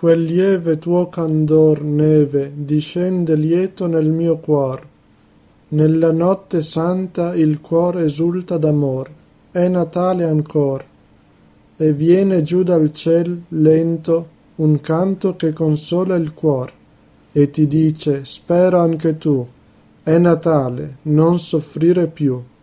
Quel lieve tuo candor, neve, discende lieto nel mio cuor. Nella notte santa il cuor esulta d'amor. È Natale ancor. E viene giù dal ciel, lento, un canto che consola il cuor. E ti dice, spera anche tu. È Natale, non soffrire più.